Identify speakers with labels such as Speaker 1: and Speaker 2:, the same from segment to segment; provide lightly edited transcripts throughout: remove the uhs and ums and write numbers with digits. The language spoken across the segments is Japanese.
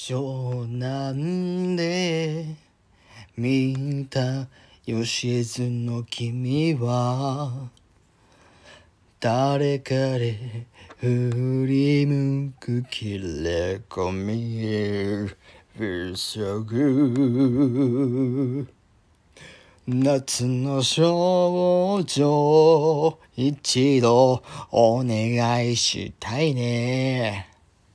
Speaker 1: 湘南で見た吉津の君は誰彼振り向く切れ込み不足夏の少女一度お願いしたいね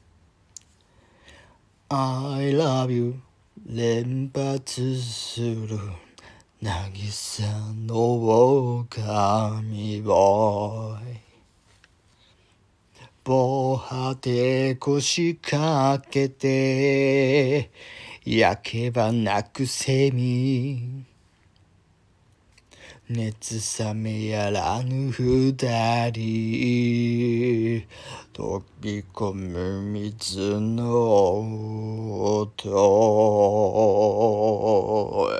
Speaker 1: I love you 連発する渚の髪ボーイ防波堤腰掛けて焼けば泣くセミ熱冷めやらぬ二人飛び込む水の音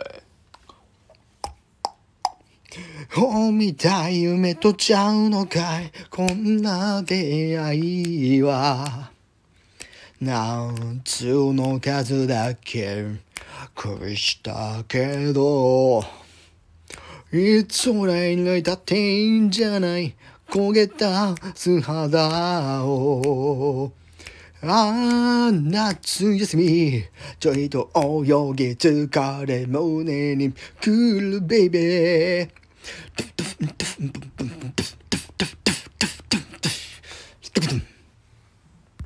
Speaker 1: 見た夢とちゃうのかいこんな出会いは夏の数だけ恋したけどいつも来来だっていいんじゃない焦げた素肌を夏休みちょいと泳ぎ疲れ胸にくるベイベー